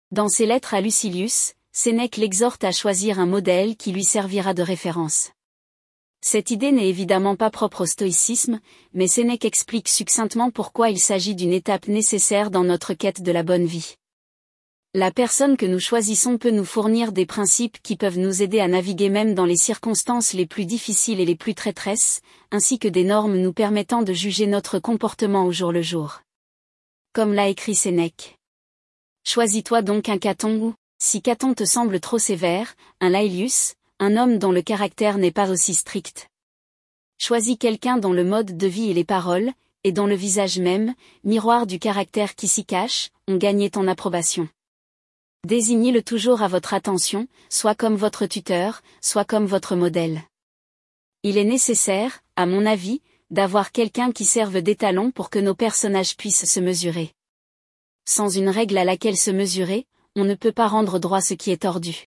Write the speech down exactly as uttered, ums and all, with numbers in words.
Dans ses lettres à Lucilius, Sénèque l'exhorte à choisir un modèle qui lui servira de référence. Cette idée n'est évidemment pas propre au stoïcisme, mais Sénèque explique succinctement pourquoi il s'agit d'une étape nécessaire dans notre quête de la bonne vie. La personne que nous choisissons peut nous fournir des principes qui peuvent nous aider à naviguer même dans les circonstances les plus difficiles et les plus traîtresses, ainsi que des normes nous permettant de juger notre comportement au jour le jour. Comme l'a écrit Sénèque. Choisis-toi donc un Caton ou, si Caton te semble trop sévère, un Laelius, un homme dont le caractère n'est pas aussi strict. Choisis quelqu'un dont le mode de vie et les paroles, et dont le visage même, miroir du caractère qui s'y cache, ont gagné ton approbation. Désignez-le toujours à votre attention, soit comme votre tuteur, soit comme votre modèle. Il est nécessaire, à mon avis, d'avoir quelqu'un qui serve d'étalon pour que nos personnages puissent se mesurer. Sans une règle à laquelle se mesurer, on ne peut pas rendre droit ce qui est tordu.